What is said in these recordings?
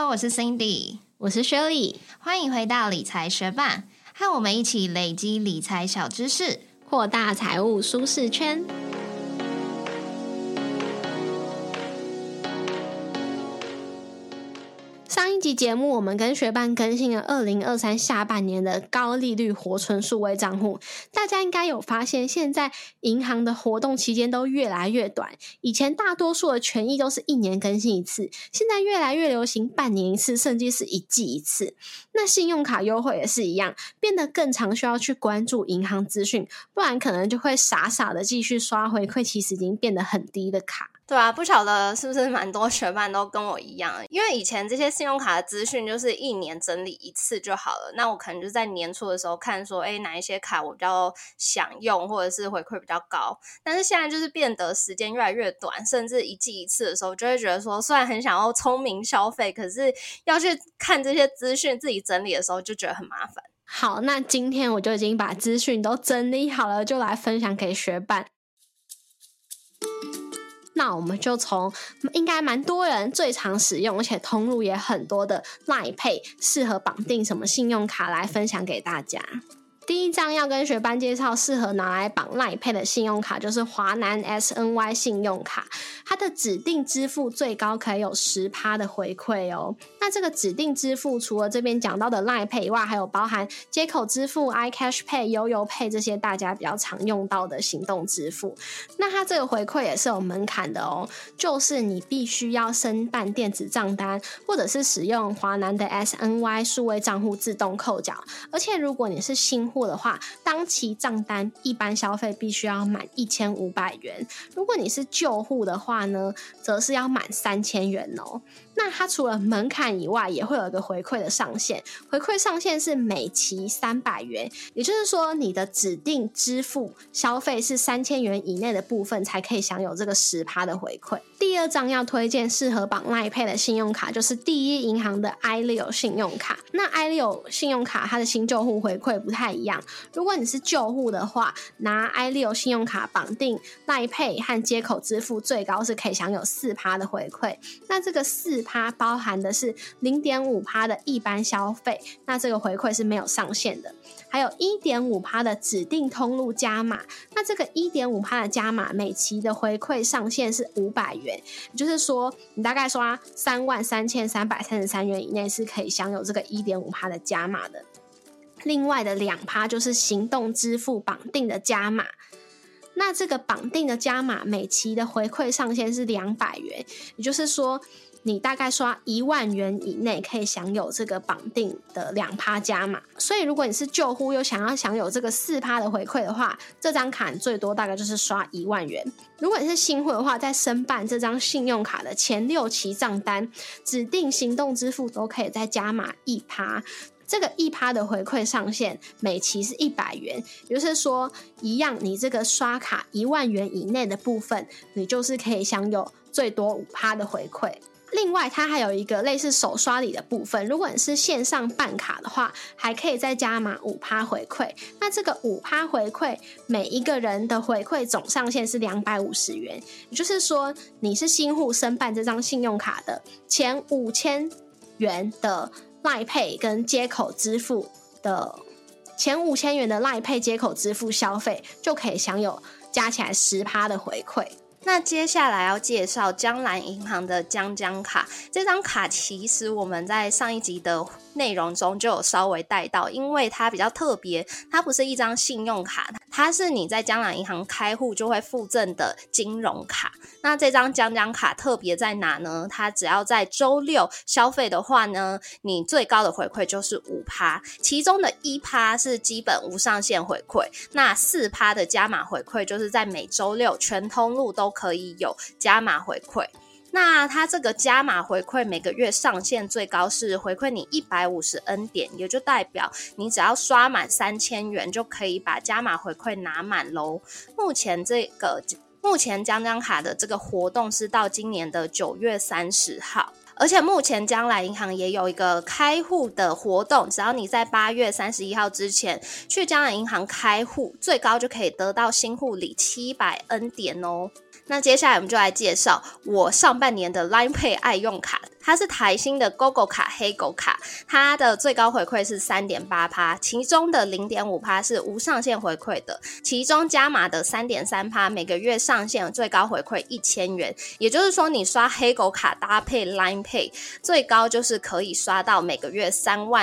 我是 Cindy， 我是 Shirley， 欢迎回到理财学伴，和我们一起累积理财小知识， 扩大财务舒适圈。上一集节目我们跟学伴更新了2023下半年的高利率活存数位账户，大家应该有发现现在银行的活动期间都越来越短，以前大多数的权益都是1年更新一次，现在越来越流行半年一次，甚至是1季一次。那信用卡优惠也是一样，变得更常需要去关注银行资讯，不然可能就会傻傻的继续刷回馈其实已经变得很低的卡。 对啊，不晓得是不是蛮多学伴都跟我一样，因为以前这些信用卡的资讯就是1年整理一次就好了，那我可能就在年初的时候看说哪一些卡我比较想用或者是回馈比较高，但是现在就是变得时间越来越短，甚至1季一次的时候就会觉得说虽然很想要聪明消费，可是要去看这些资讯自己整理的时候就觉得很麻烦。 好，那今天我就已经把资讯都整理好了，就来分享给学伴。那我们就从应该蛮多人最常使用而且通路也很多的 LINE Pay 适合绑定什么信用卡来分享给大家。第一张要跟学伴介绍适合拿来绑 LINE Pay 的信用卡就是华南 SNY 信用卡，它的指定支付最高可以有 10% 的回馈哦。那这个指定支付除了这边讲到的 LINE Pay 以外，还有包含街口支付、iCash Pay、悠游 Pay 这些大家比较常用到的行动支付。那它这个回馈也是有门槛的哦，就是你必须要申办电子账单，或者是使用华南的 SNY 数位账户自动扣缴，而且如果你是新户的话，当期账单一般消费必须要满1500元，如果你是旧户的话呢，则是要满3000元哦。那它除了门槛以外，也会有一个回馈的上限，回馈上限是每期300元，也就是说你的指定支付消费是3000元以内的部分才可以享有这个 10% 的回馈。第二张要推荐适合绑 LINE Pay 的信用卡就是第一银行的 iLeo 信用卡。那 iLeo 信用卡它的新旧户回馈不太一样，如果你是旧户的话，拿 iLeo 信用卡绑定 LINE Pay 和街口支付最高是可以享有 4% 的回馈，那这个 4% 包含的是 0.5% 的一般消费，那这个回馈是没有上限的，还有 1.5% 的指定通路加码，那这个 1.5% 的加码每期的回馈上限是500元，也就是说你大概刷33333元以内是可以享有这个 1.5% 的加码的。另外的 2% 就是行动支付绑定的加码，那这个绑定的加码每期的回馈上限是200元，也就是说你大概刷1万元以内可以享有这个绑定的 2% 加码。所以如果你是旧户又想要享有这个 4% 的回馈的话，这张卡最多大概就是刷1万元。如果你是新户的话，在申办这张信用卡的前6期账单，指定行动支付都可以再加码 1%，这个 1% 的回馈上限每期是100元，也就是说一样你这个刷卡1万元以内的部分，你就是可以享有最多 5% 的回馈。另外它还有一个类似手刷礼的部分，如果你是线上办卡的话，还可以再加码 5% 回馈，那这个 5% 回馈每一个人的回馈总上限是250元，也就是说你是新户申办这张信用卡的前5000元的 LINE Pay 跟街口支付的前5000元的 LINE Pay 街口支付消费，就可以享有加起来 10% 的回馈。 那接下来要介绍江南银行的江江卡，这张卡其实我们在上一集的内容中就有稍微带到，因为它比较特别，它不是一张信用卡，它是你在江南银行开户就会附赠的金融卡。那这张江江卡特别在哪呢？它只要在周6消费的话呢，你最高的回馈就是 5%， 其中的 1% 是基本无上限回馈，那 4% 的加码回馈就是在每周6全通路都可以有加码回馈。那它这个加码回馈每个月上限最高是回馈你150N 点，也就代表你只要刷满3000元就可以把加码回馈拿满咯。目前江江卡的这个活动是到今年的9月30号，而且目前将来银行也有一个开户的活动，只要你在8月31号之前去将来银行开户，最高就可以得到新户礼700N 点哦。那接下来我们就来介绍我上半年的 LINE Pay 爱用卡， 它是台新的 GoGo 卡黑狗卡，它的最高回馈是 3.8%， 其中的 0.5% 是无上限回馈的，其中加码的 3.3% 每个月上限最高回馈1000元，也就是说你刷黑狗卡搭配 Line Pay 最高就是可以刷到每个月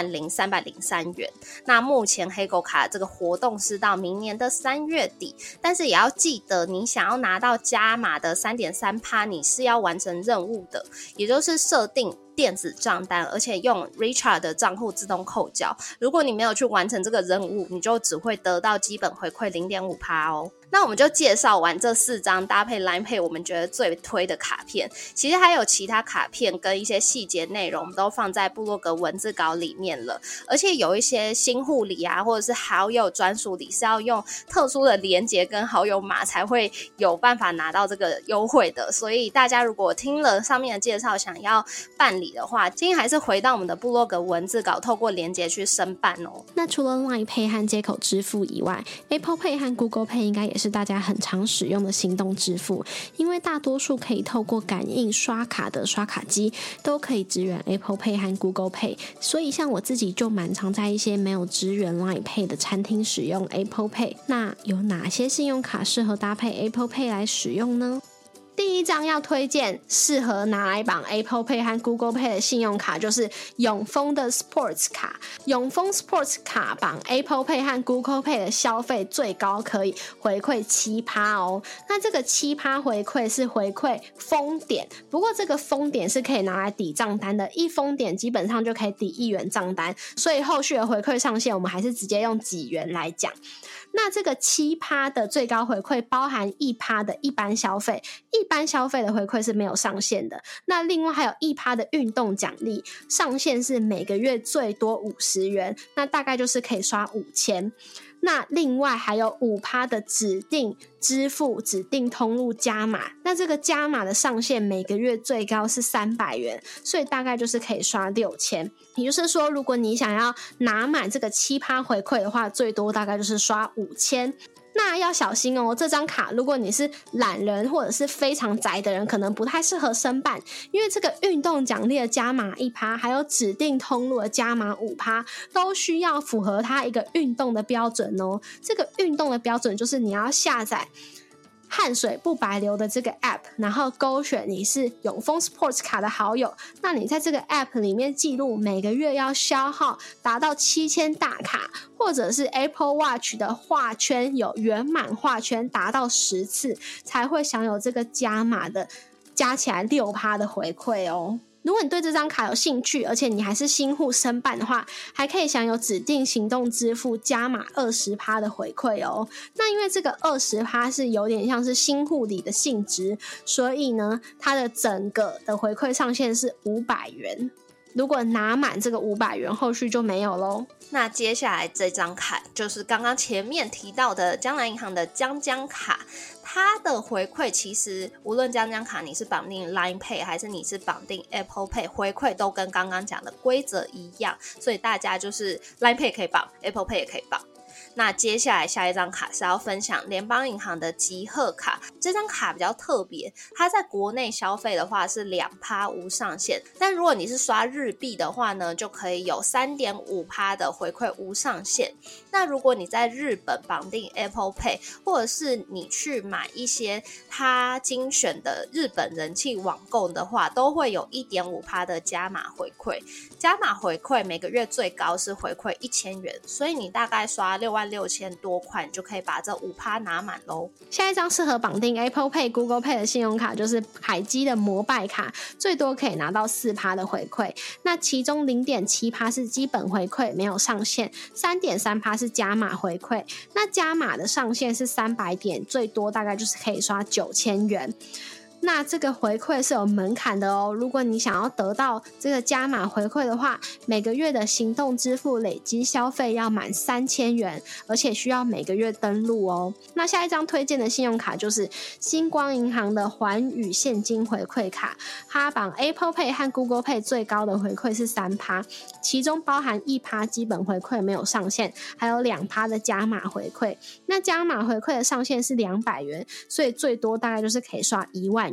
30303元。那目前黑狗卡这个活动是到明年的3月底，但是也要记得你想要拿到加码的 3.3%， 你是要完成任务的，也就是设定电子账单，而且用 Richard 的账户自动扣缴。如果你没有去完成这个任务，你就只会得到基本回馈 0.5% 哦。那我们就介绍完这4张搭配 Line Pay 我们觉得最推的卡片，其实还有其他卡片跟一些细节内容我们都放在部落格文字稿里面了，而且有一些新户礼啊或者是好友专属礼是要用特殊的连结跟好友码才会有办法拿到这个优惠的，所以大家如果听了上面的介绍想要办理的话，建议还是回到我们的部落格文字稿，透过连结去申办哦。 那除了 Line Pay 和街口支付以外， Apple Pay 和 Google Pay 应该也是大家很常使用的行动支付，因为大多数可以透过感应刷卡的刷卡机都可以支援 Apple Pay 和 Google Pay， 所以像我自己就蛮常在一些没有支援 Line Pay 的餐厅使用 Apple Pay。 那有哪些信用卡适合搭配 Apple Pay 来使用呢？第一张要推荐适合拿来绑 Apple Pay 和 Google Pay 的信用卡就是永丰的 Sports 卡。永丰 Sports 卡绑 Apple Pay 和 Google Pay 的消费最高可以回馈 7% 哦。那这个 7% 回馈是回馈丰点，不过这个丰点是可以拿来抵账单的，一丰点基本上就可以抵1元账单，所以后续的回馈上限我们还是直接用几元来讲。那这个 7% 的最高回馈包含 1% 的一般消费，一般消费的回馈是没有上限的。那另外还有 1% 的运动奖励，上限是每个月最多50元，那大概就是可以刷5000。那另外还有 5% 的指定支付指定通路加码，那这个加码的上限每个月最高是300元，所以大概就是可以刷6000。也就是说如果你想要拿满这个 7% 回馈的话，最多大概就是刷5000。那要小心哦，这张卡如果你是懒人或者是非常宅的人，可能不太适合申办，因为这个运动奖励的加码 1% 还有指定通路的加码 5% 都需要符合它一个运动的标准哦。这个运动的标准就是你要下载汗水不白流的这个 app， 然后勾选你是永丰 Sports 卡的好友，那你在这个 app 里面记录每个月要消耗达到7000大卡，或者是 Apple Watch 的画圈有圆满画圈达到10次，才会享有这个加码的加起来 6% 的回馈哦。如果你对这张卡有兴趣，而且你还是新户申办的话，还可以享有指定行动支付加码 20% 的回馈哦。那因为这个 20% 是有点像是新户礼的性质，所以呢它的整个的回馈上限是500元，如果拿满这个500元后续就没有咯。 那接下来这张卡就是刚刚前面提到的江南银行的江江卡，它的回馈其实无论江江卡你是绑定 Line Pay 还是你是绑定 Apple Pay， 回馈都跟刚刚讲的规则一样，所以大家就是 Line Pay 可以绑， Apple Pay 也可以绑。那接下来下一张卡是要分享联邦银行的集贺卡，这张卡比较特别，它在国内消费的话是 2% 无上限，但如果你是刷日币的话呢，就可以有 3.5% 的回馈无上限。那如果你在日本绑定 Apple Pay， 或者是你去买一些它精选的日本人气网购的话，都会有 1.5% 的加码回馈。加码回馈每个月最高是回馈1000元，所以你大概刷66000多块，你就可以把这 5% 拿满咯。 下一张适合绑定 Apple Pay、Google Pay 的信用卡就是海基的摩拜卡，最多可以拿到 4% 的回馈。那其中 0.7% 是基本回馈，没有上限， 3.3% 是加码回馈。那加码的上限是300点，最多大概就是可以刷9000元。那这个回馈是有门槛的哦，如果你想要得到这个加码回馈的话，每个月的行动支付累积消费要满3000元，而且需要每个月登录哦。那下一张推荐的信用卡就是星光银行的环宇现金回馈卡，它绑 Apple Pay 和 Google Pay 最高的回馈是 3%， 其中包含 1% 基本回馈没有上限，还有 2% 的加码回馈。那加码回馈的上限是200元，所以最多大概就是可以刷1万元。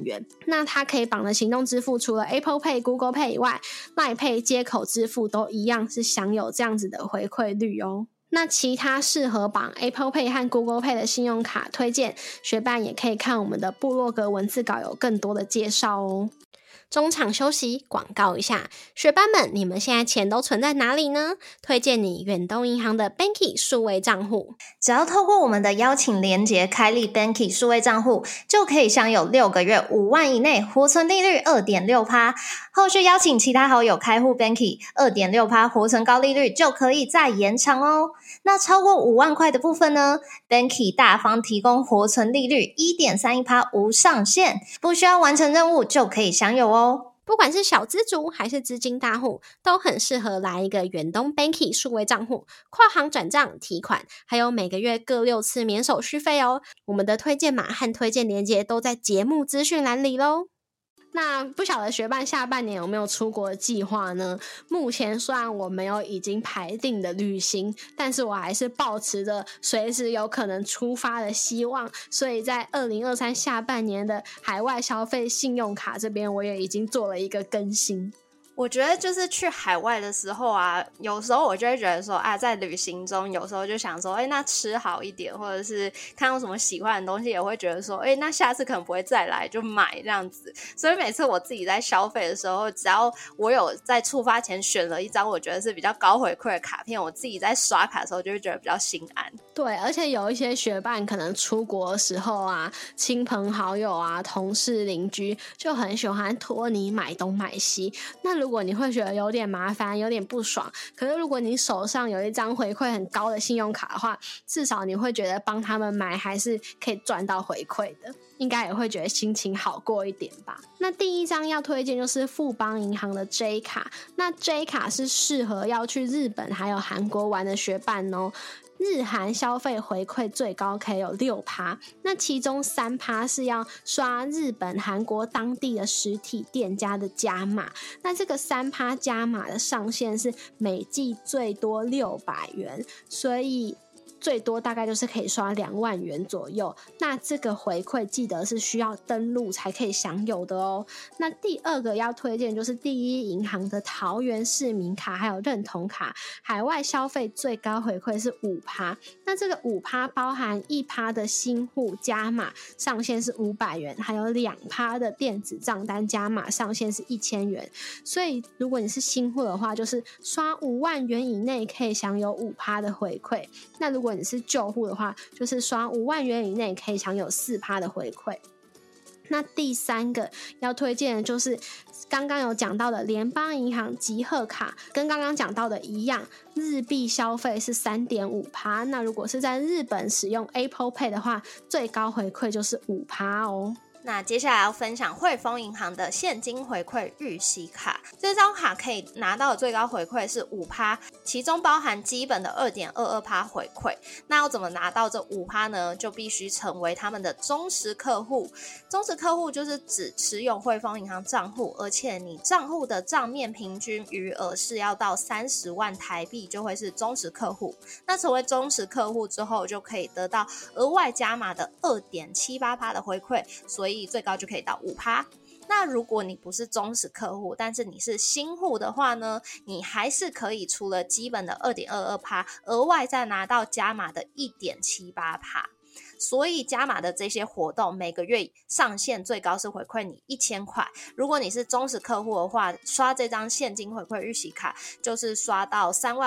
元。那它可以绑的行动支付除了 Apple Pay、Google Pay 以外， LINE Pay 接口支付都一样是享有这样子的回馈率哦。那其他适合绑 Apple Pay 和 Google Pay 的信用卡推荐，学伴也可以看我们的部落格文字稿有更多的介绍哦。中场休息，广告一下，学班们，你们现在钱都存在哪里呢？推荐你远东银行的 Banky 数位账户， 只要透过我们的邀请连结开立 Banky 数位账户，就可以享有6个月5万以内活存利率 2.6%， 后续邀请其他好友开户 Banky， 2.6% 活存高利率就可以再延长哦。那超过5万块的部分呢， Banky 大方提供活存利率 1.31% 无上限，不需要完成任务就可以享有哦。 不管是小资族还是资金大户，都很适合来一个远东 Banky 数位账户，跨行转账、提款，还有每个月各6次免手续费哦。我们的推荐码和推荐连结都在节目资讯栏里咯。那不晓得学伴下半年有没有出国的计划呢？目前虽然我没有已经排定的旅行，但是我还是抱持着随时有可能出发的希望，所以在2023下半年的海外消费信用卡这边，我也已经做了一个更新。 我觉得就是去海外的时候啊，有时候我就会觉得说啊，在旅行中有时候就想说那吃好一点，或者是看到什么喜欢的东西也会觉得说那下次可能不会再来就买这样子。所以每次我自己在消费的时候，只要我有在出发前选了一张我觉得是比较高回馈的卡片，我自己在刷卡的时候就会觉得比较心安。 对，而且有一些学伴可能出国的时候啊，亲朋好友啊、同事邻居就很喜欢托你买东买西，那如果你会觉得有点麻烦有点不爽，可是如果你手上有一张回馈很高的信用卡的话，至少你会觉得帮他们买还是可以赚到回馈的，应该也会觉得心情好过一点吧。那第一张要推荐就是富邦银行的 J 卡，那 J 卡是适合要去日本还有韩国玩的学伴哦。日韩消费回馈最高可以有 6%， 那其中 3% 是要刷日本韩国当地的实体店家的加码，那这个 3% 加码的上限是每季最多600元，所以最多大概就是可以刷2万元左右，那这个回馈记得是需要登录才可以享有的哦。那第二个要推荐就是第一银行的桃园市民卡还有认同卡，海外消费最高回馈是 5%， 那这个 5% 包含 1% 的新户加码上限是500元，还有 2% 的电子账单加码上限是1000元，所以如果你是新户的话，就是刷5万元以内可以享有 5% 的回馈，那如果你是旧户的话，就是刷5万元以内可以享有 4% 的回馈。那第三个要推荐的就是刚刚有讲到的联邦银行集贺卡，跟刚刚讲到的一样，日币消费是 3.5%， 那如果是在日本使用 Apple Pay 的话，最高回馈就是 5% 哦。 那接下来要分享汇丰银行的现金回馈预息卡，这张卡可以拿到的最高回馈是 5%， 其中包含基本的 2.22% 回馈。那要怎么拿到这 5% 呢？就必须成为他们的忠实客户。忠实客户就是指持有汇丰银行账户，而且你账户的账面平均余额是要到30万台币就会是忠实客户。那成为忠实客户之后，就可以得到额外加码的 2.78% 的回馈，所以最高就可以到 5%。 那如果你不是忠实客户，但是你是新户的话呢，你还是可以除了基本的 2.22%， 额外再拿到加码的 1.78%。所以加码的这些活动每个月上限最高是回馈你1000块，如果你是忠实客户的话，刷这张现金回馈预习卡就是刷到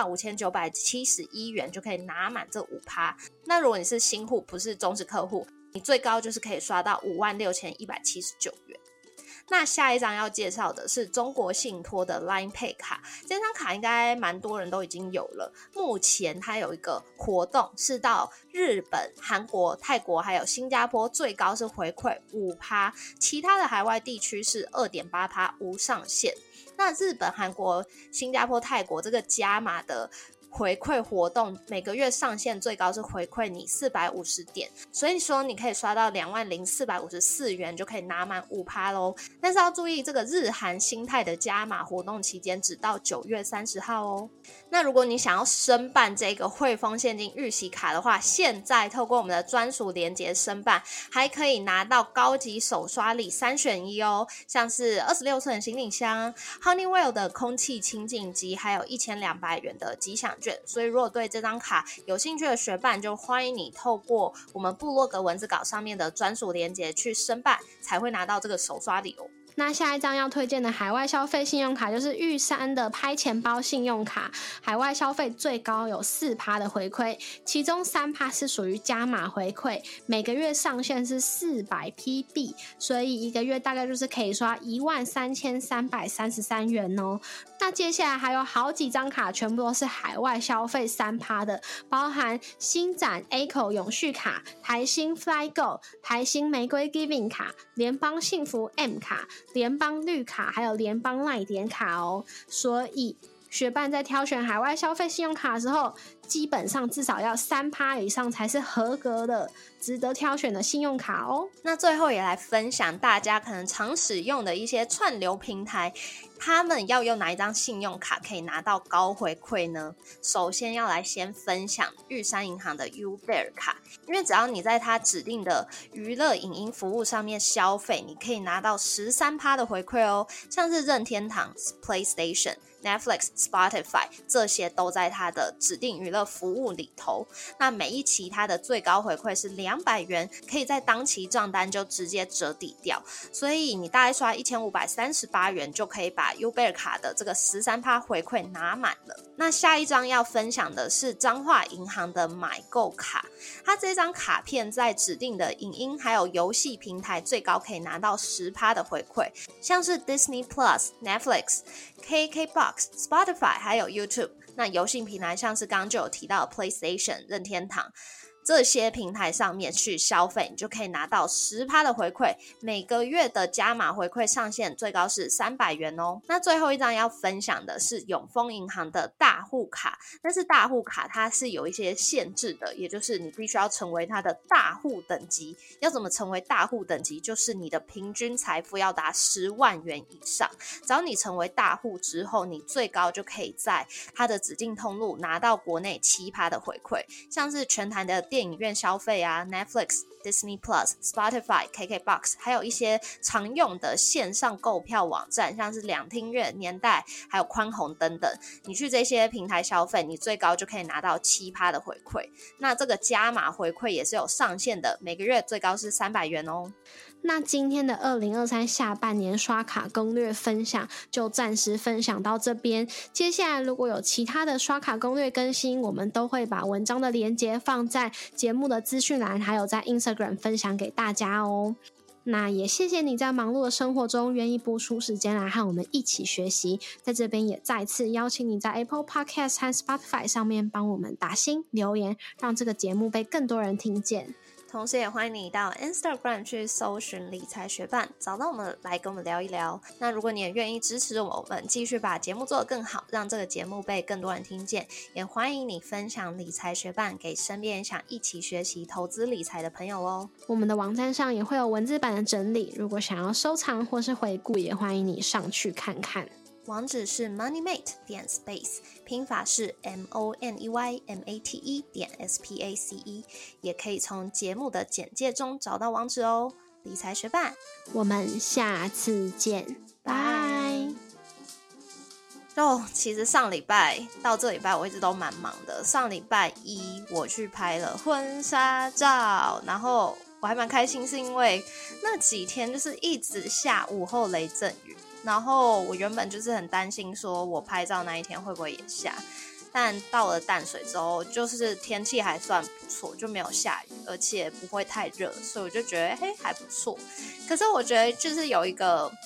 35971元就可以拿满这 5%。 那如果你是新户不是忠实客户，你最高就是可以刷到56179元。那下一张要介绍的是中国信托的 LINE Pay 卡，这张卡应该蛮多人都已经有了。目前它有一个活动是到日本、韩国、泰国还有新加坡最高是回馈 5%， 其他的海外地区是 2.8% 无上限。那日本、韩国、新加坡、泰国这个加码的回馈活动，每个月上限最高是回馈你450点，所以说你可以刷到20454元就可以拿满 5% 咯。但是要注意，这个日韩新泰的加码活动期间只到9月30号哦。那如果你想要申办这个汇丰现金预习卡的话，现在透过我们的专属连结申办，还可以拿到高级手刷礼3选1哦，像是26寸行李箱、Honeywell 的空气清净机，还有1200元的吉祥券。所以如果对这张卡有兴趣的学伴，就欢迎你透过我们部落格文字稿上面的专属连结去申办，才会拿到这个手刷礼哦。 那下一张要推荐的海外消费信用卡就是玉山的拍钱包信用卡，海外消费最高有 4% 的回馈，其中 3% 是属于加码回馈，每个月上限是400 PB， 所以一个月大概就是可以刷13333元哦。那接下来还有好几张卡全部都是海外消费 3% 的，包含星展 A-Ko 永续卡、台新 FlyGo、台新玫瑰 Giving 卡、联邦幸福 M 卡、联邦绿卡还有联邦赖点卡哦。所以学伴在挑选海外消费信用卡的时候，基本上至少要 3% 以上才是合格的值得挑选的信用卡哦。 那最后也来分享大家可能常使用的一些串流平台，他们要用哪一张信用卡可以拿到高回馈呢？首先要来先分享玉山银行的 Uber 卡，因为只要你在它指定的娱乐影音服务上面消费，你可以拿到 13% 的回馈哦，像是任天堂、PlayStation、Netflix、Spotify 这些都在它的指定娱乐服务里头。那每一期它的最高回馈是200元，可以在当期账单就直接折抵掉，所以你大概刷1538元就可以把 Uber 卡的这个 13% 回馈拿满了。那下一张要分享的是彰化银行的买购卡，它这张卡片在指定的影音还有游戏平台最高可以拿到 10% 的回馈，像是 Disney Plus、Netflix、KKBOX、Spotify 还有 YouTube。那游戏平台像是刚刚就有提到的 PlayStation、任天堂这些平台上面去消费，你就可以拿到 10% 的回馈，每个月的加码回馈上限最高是300元哦。那最后一张要分享的是永丰银行的大户卡，但是大户卡它是有一些限制的，也就是你必须要成为它的大户等级。要怎么成为大户等级？就是你的平均财富要达10万元以上，只要你成为大户之后，你最高就可以在它的指定通路拿到国内 7% 的回馈，像是全台的电影院消费啊 Netflix、Disney Plus、Spotify、KKBOX 还有一些常用的线上购票网站，像是两厅院、年代还有宽宏等等，你去这些平台消费，你最高就可以拿到 7% 的回馈。那这个加码回馈也是有上限的，每个月最高是300元哦。 那今天的2023下半年刷卡攻略分享就暂时分享到这边，接下来如果有其他的刷卡攻略更新，我们都会把文章的连结放在节目的资讯栏，还有在 Instagram 分享给大家哦。那也谢谢你在忙碌的生活中愿意拨出时间来和我们一起学习，在这边也再次邀请你在 Apple Podcast 和 Spotify 上面帮我们打星留言，让这个节目被更多人听见。 同时也欢迎你到 Instagram 去搜寻理财学伴，找到我们来跟我们聊一聊。那如果你也愿意支持我们继续把节目做得更好，让这个节目被更多人听见，也欢迎你分享理财学伴给身边想一起学习投资理财的朋友哦。 我们的网站上也会有文字版的整理，如果想要收藏或是回顾，也欢迎你上去看看。 网址是 moneymate.space， 拼法是 moneymate.space， 也可以从节目的简介中找到网址哦。理财学伴， 我们下次见，拜。 其实上礼拜到这礼拜我一直都蛮忙的。上礼拜一我去拍了婚纱照，然后我还蛮开心，是因为那几天就是一直下午后雷阵雨。然后我原本就是很担心说我拍照那一天会不会也下，但到了淡水之后就是天气还算不错，就没有下雨，而且不会太热，所以我就觉得还不错。可是我觉得就是有一个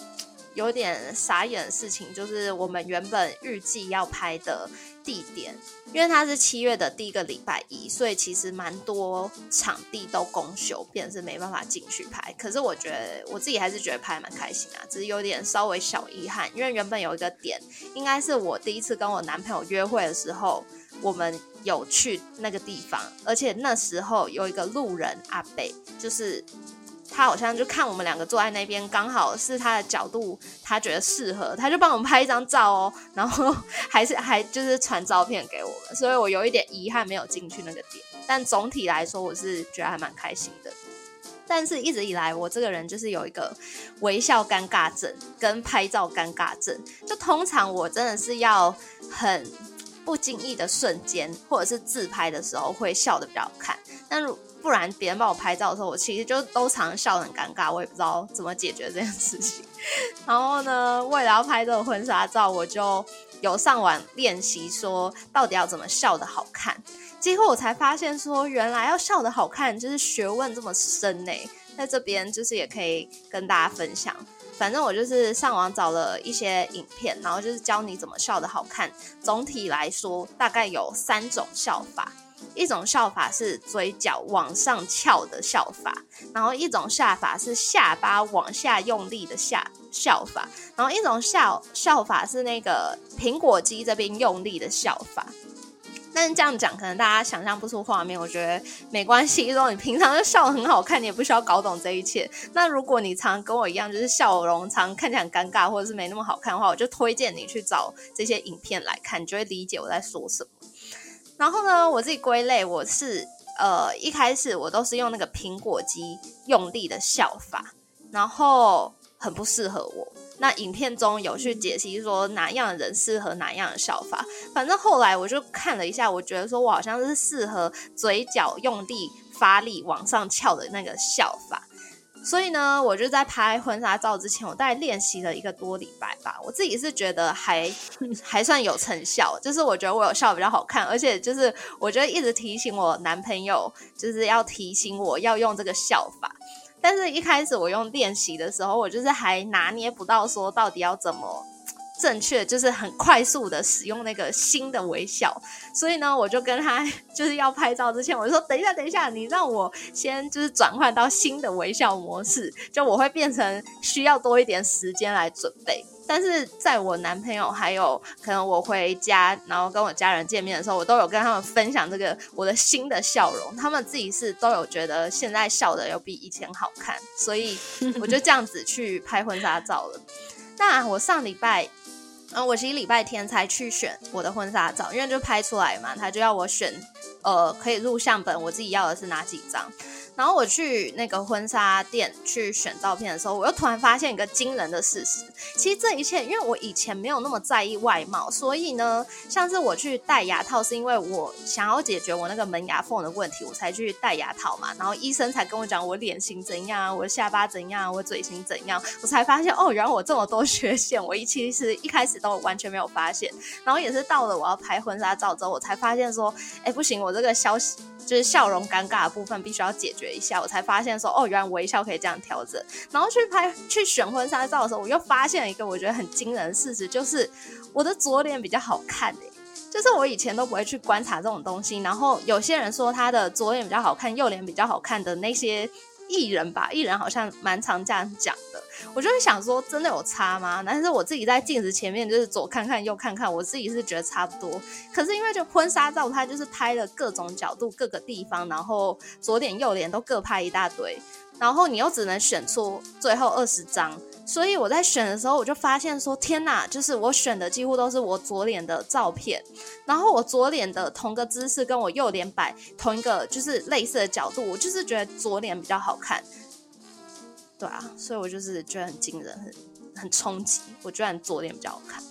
有点傻眼的事情，就是我们原本预计要拍的地点，因为它是7月的第一个礼拜一，所以其实蛮多场地都公休，变成是没办法进去拍。可是我觉得我自己还是觉得拍蛮开心啊，只是有点稍微小遗憾，因为原本有一个点，应该是我第一次跟我男朋友约会的时候，我们有去那个地方，而且那时候有一个路人阿伯，就是他好像就看我们两个坐在那边，刚好是他的角度，他觉得适合，他就帮我们拍一张照哦，然后还就是传照片给我们，所以我有一点遗憾没有进去那个点，但总体来说我是觉得还蛮开心的。但是一直以来我这个人就是有一个微笑尴尬症跟拍照尴尬症，就通常我真的是要很不经意的瞬间或者是自拍的时候会笑得比较好看，但不然别人帮我拍照的时候，我其实就都常笑得很尴尬，我也不知道怎么解决这件事情。然后呢，为了要拍这个婚纱照，我就有上网练习说到底要怎么笑得好看，结果我才发现说原来要笑得好看就是学问这么深欸，在这边就是也可以跟大家分享。反正我就是上网找了一些影片，然后就是教你怎么笑得好看。总体来说大概有3种笑法，一种笑法是嘴角往上翘的笑法，然后一种笑法是下巴往下用力的笑法，然后一种笑法是那个苹果肌这边用力的笑法。但是这样讲可能大家想象不出画面，我觉得没关系，如果你平常就笑得很好看，你也不需要搞懂这一切。那如果你常跟我一样就是笑容常看起来很尴尬或者是没那么好看的话，我就推荐你去找这些影片来看，你就会理解我在说什么。然后呢，我自己归类，我是一开始我都是用那个苹果肌用力的笑法，然后很不适合我。那影片中有去解析说哪样的人适合哪样的笑法，反正后来我就看了一下，我觉得说我好像是适合嘴角用力发力往上翘的那个笑法。所以呢，我就在拍婚纱照之前，我大概练习了1个多礼拜吧。我自己是觉得还算有成效，就是我觉得我有笑比较好看，而且就是我觉得一直提醒我男朋友，就是要提醒我要用这个笑法。但是一开始我用练习的时候，我就是还拿捏不到说到底要怎么正确，就是很快速的使用那个新的微笑。所以呢，我就跟他就是要拍照之前，我就说等一下，你让我先就是转换到新的微笑模式，就我会变成需要多一点时间来准备。但是在我男朋友还有可能我回家然后跟我家人见面的时候，我都有跟他们分享这个我的新的笑容，他们自己是都有觉得现在笑的有比以前好看，所以我就这样子去拍婚纱照了。那我上礼拜我其实礼拜天才去选我的婚纱照，因为就拍出来嘛，他就要我选可以录像本，我自己要的是哪几张。然后我去那个婚纱店去选照片的时候，我又突然发现一个惊人的事实。其实这一切因为我以前没有那么在意外貌，所以呢像是我去戴牙套是因为我想要解决我那个门牙缝的问题，我才去戴牙套嘛，然后医生才跟我讲我脸型怎样啊，我的下巴怎样啊，我嘴型怎样，我才发现原来我这么多缺陷，我其实一开始都完全没有发现。然后也是到了我要拍婚纱照之后，我才发现说不行，我这个就是笑容尴尬的部分必须要解决一下，我才发现说原来微笑可以这样调整。然后去选婚纱照的时候，我又发现了一个我觉得很惊人的事实，就是我的左脸比较好看就是我以前都不会去观察这种东西，然后有些人说他的左脸比较好看右脸比较好看的那些艺人好像蛮常这样讲的，我就会想说真的有差吗？但是我自己在镜子前面就是左看看右看看，我自己是觉得差不多。可是因为就婚纱照它就是拍了各种角度各个地方，然后左脸右脸都各拍一大堆，然后你又只能选出最后20张，所以我在选的时候我就发现说天哪，就是我选的几乎都是我左脸的照片，然后我左脸的同个姿势跟我右脸摆同一个就是类似的角度，我就是觉得左脸比较好看。对啊，所以我就是觉得很惊人，很冲击，我居然左脸比较好看。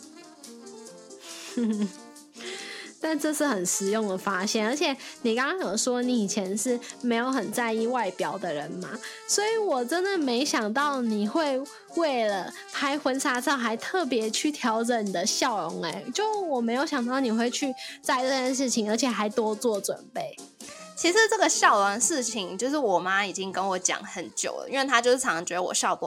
但这是很实用的发现，而且你刚刚有说你以前是没有很在意外表的人嘛，所以我真的没想到你会为了拍婚纱照还特别去调整你的笑容就我没有想到你会去在意这件事情，而且还多做准备。 其实这个笑容的事情就是我妈已经跟我讲很久了，因为她就是常常觉得我笑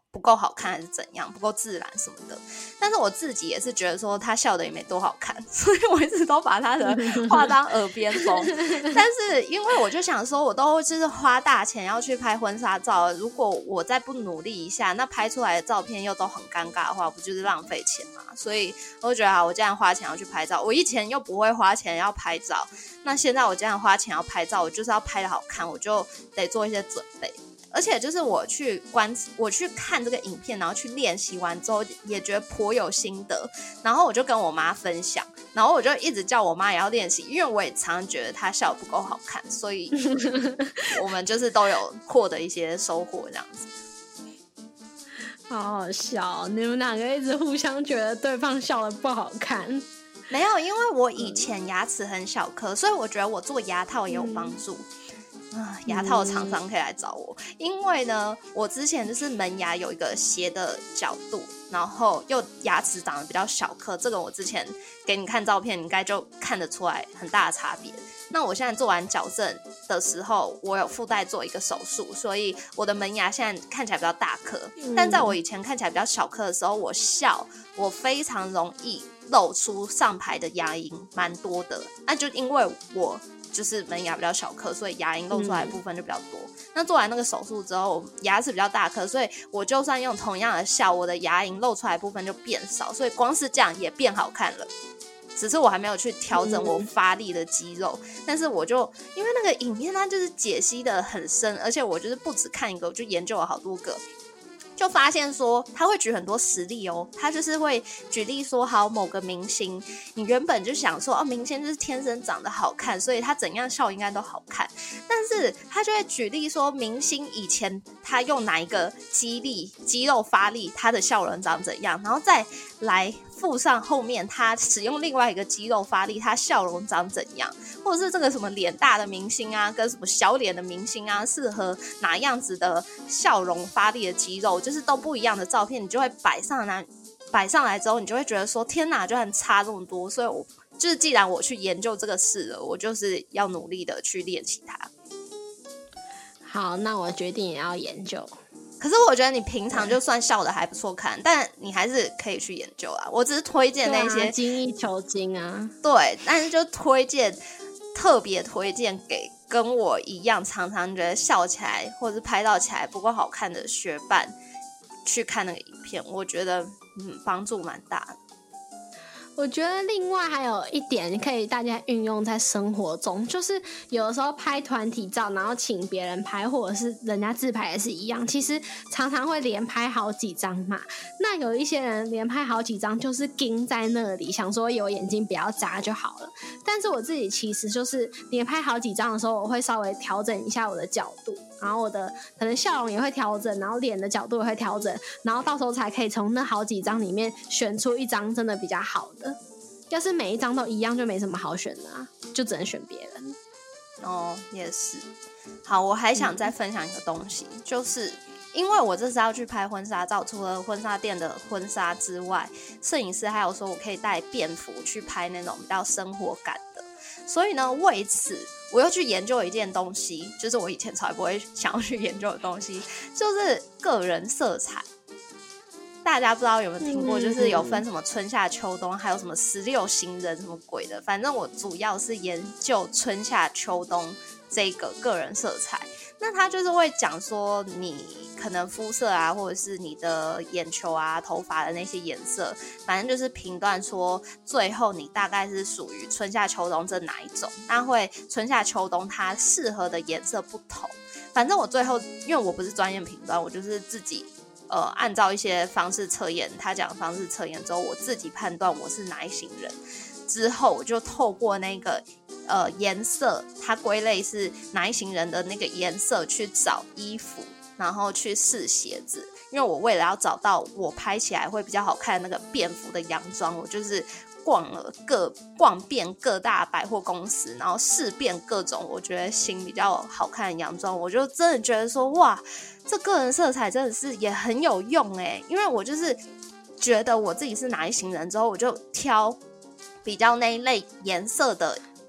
不够好看还是怎样，不够自然什么的。但是我自己也是觉得说他笑的也没多好看，所以我一直都把他的话当耳边风。但是因为我就想说，我都就是花大钱要去拍婚纱照了，如果我再不努力一下，那拍出来的照片又都很尴尬的话，不就是浪费钱吗？所以我就觉得好，我既然花钱要去拍照，我以前又不会花钱要拍照，那现在我既然花钱要拍照，我就是要拍的好看，我就得做一些准备。而且就是我去看这个影片，然后去练习完之后，也觉得颇有心得，然后我就跟我妈分享，然后我就一直叫我妈也要练习，因为我也常常觉得她笑得不够好看，所以我们就是都有获得一些收获这样子。 好好笑，你们两个一直互相觉得对方笑得不好看。 没有，因为我以前牙齿很小颗，所以我觉得我做牙套也有帮助。牙套的厂商可以来找我，因为呢，我之前就是门牙有一个斜的角度，然后又牙齿长得比较小颗，这个我之前给你看照片，你应该就看得出来很大的差别。那我现在做完矫正的时候，我有附带做一个手术，所以我的门牙现在看起来比较大颗，但在我以前看起来比较小颗的时候，我笑，我非常容易露出上排的牙龈蛮多的，那就因为我就是门牙比较小颗，所以牙龈露出来的部分就比较多。那做完那个手术之后，牙齿比较大颗，所以我就算用同样的笑，我的牙龈露出来的部分就变少，所以光是这样也变好看了。只是我还没有去调整我发力的肌肉，但是我就因为那个影片它就是解析的很深，而且我就是不只看一个，我就研究了好多个。就发现说他会举很多实例哦，他就是会举例说，好，某个明星，你原本就想说，明星就是天生长得好看，所以他怎样笑应该都好看，但是他就会举例说，明星以前他用哪一个肌肉发力，他的笑容长怎样，然后再来附上后面他使用另外一个肌肉发力，他笑容长怎样，或者是这个什么脸大的明星啊，跟什么小脸的明星啊，适合哪样子的笑容发力的肌肉，就是都不一样的照片，你就会摆上来之后，你就会觉得说，天哪，居然差这么多！所以我就是既然我去研究这个事了，我就是要努力的去练习它。 好，那我决定也要研究。 可是我觉得你平常就算笑的还不错看，但你还是可以去研究啊。我只是推荐那些精益求精啊， 对，但是就特别推荐给跟我一样常常觉得笑起来或者是拍照起来不够好看的学伴去看那个影片，我觉得帮助蛮大的。 我觉得另外还有一点可以大家运用在生活中，就是有的时候拍团体照，然后请别人拍，或者是人家自拍也是一样，其实常常会连拍好几张嘛。那有一些人连拍好几张就是盯在那里，想说有眼睛不要眨就好了。但是我自己其实就是连拍好几张的时候，我会稍微调整一下我的角度，然后我的可能笑容也会调整，然后脸的角度也会调整，然后到时候才可以从那好几张里面选出一张真的比较好的。要是每一张都一样，就没什么好选的啊，就只能选别人。 哦，也是。好，我还想再分享一个东西，就是因为我这次要去拍婚纱照，除了婚纱店的婚纱之外，摄影师还有说我可以带便服去拍那种比较生活感的。所以呢，为此我又去研究一件东西，就是我以前从来不会想要去研究的东西，就是个人色彩。大家不知道有没有听过，就是有分什么春夏秋冬，还有什么16型人什么鬼的，反正我主要是研究春夏秋冬这个个人色彩。那他就是会讲说你可能肤色啊，或者是你的眼球啊、头发的那些颜色，反正就是评断说最后你大概是属于春夏秋冬这哪一种，那会春夏秋冬它适合的颜色不同。反正我最后因为我不是专业评断，我就是自己按照一些方式测验，他讲的方式测验之后，我自己判断我是哪一型人，之后我就透过那个颜色，它归类是哪一型人的那个颜色去找衣服，然后去试鞋子。因为我为了要找到我拍起来会比较好看的那个便服的洋装，我就是逛遍各大百货公司，然后试遍各种我觉得型比较好看的洋装，我就真的觉得说，哇，这个人色彩真的是也很有用欸。因为我就是觉得我自己是哪一型人之后，我就挑比较那一类颜色的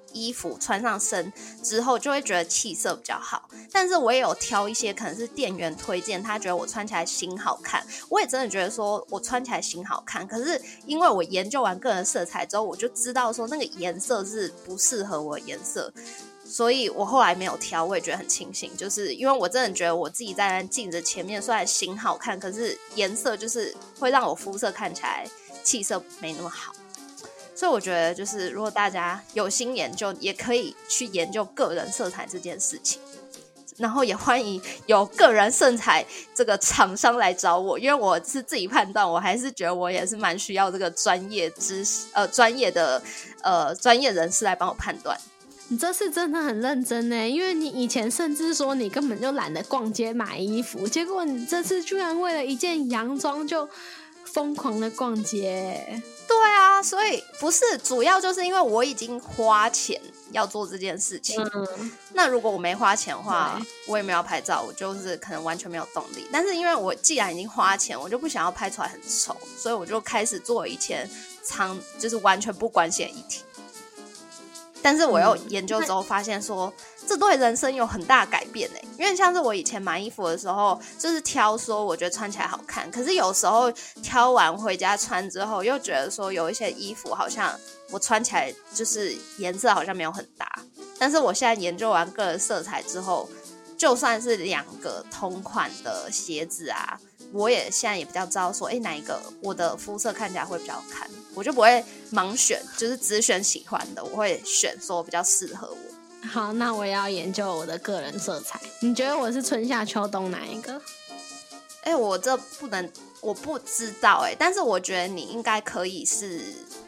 衣服穿上身之后就会觉得气色比较好，但是我也有挑一些可能是店员推荐，他觉得我穿起来型好看，我也真的觉得说我穿起来型好看，可是因为我研究完个人色彩之后，我就知道说那个颜色是不适合我的颜色，所以我后来没有挑，我也觉得很庆幸，就是因为我真的觉得我自己在镜子前面虽然型好看，可是颜色就是会让我肤色看起来气色没那么好。所以我觉得就是如果大家有心研究，也可以去研究个人色彩这件事情，然后也欢迎有个人色彩这个厂商来找我，因为我是自己判断，我还是觉得我也是蛮需要这个专业知识专业的专业人士来帮我判断。 你这次真的很认真耶，因为你以前甚至说你根本就懒得逛街买衣服，结果你这次居然为了一件洋装就疯狂的逛街。 对啊，所以不是主要就是因为我已经花钱要做这件事情，那如果我没花钱的话，我也没有要拍照，我就是可能完全没有动力。但是因为我既然已经花钱，我就不想要拍出来很丑，所以我就开始做以前就是完全不关心的议题。但是我又研究之后发现说，这对人生有很大的改变耶，因为像是我以前买衣服的时候，就是挑说我觉得穿起来好看，可是有时候挑完回家穿之后，又觉得说有一些衣服好像我穿起来就是颜色好像没有很搭。但是我现在研究完个人色彩之后，就算是2个同款的鞋子啊，我也现在也比较知道说，哪一个我的肤色看起来会比较好看，我就不会盲选，就是只选喜欢的，我会选说比较适合我。 好，那我也要研究我的个人色彩。你觉得我是春夏秋冬哪一个？ 我这我不知道但是我觉得你应该可以是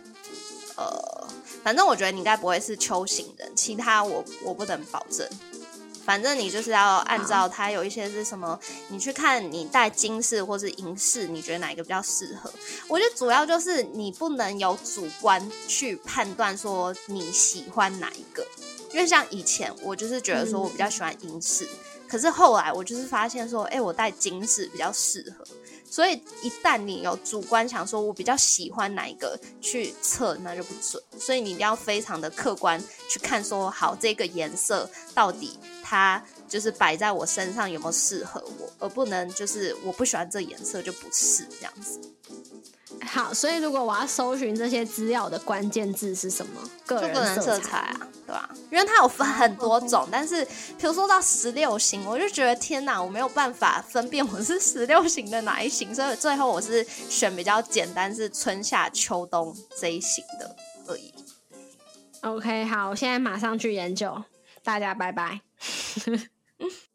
反正我觉得你应该不会是秋型人，其他我不能保证。反正你就是要按照它有一些是什么，你去看你戴金饰或是银饰，你觉得哪一个比较适合？我觉得主要就是你不能有主观去判断说你喜欢哪一个，因为像以前我就是觉得说我比较喜欢银饰，可是后来我就是发现说，我戴金饰比较适合。所以一旦你有主观想说我比较喜欢哪一个去测，那就不准。所以你一定要非常的客观去看说，好，这个颜色到底它就是摆在我身上有没有适合我，而不能就是我不喜欢这颜色就不是这样子。 好，所以如果我要搜寻这些资料的关键字是什么？个人色彩啊，对吧？因为它有分很多种，但是比如说到16型，我就觉得天哪，我没有办法分辨我是16型的哪一型，所以最后我是选比较简单，是春夏秋冬这一型的而已。 OK， 好，我现在马上去研究，大家拜拜。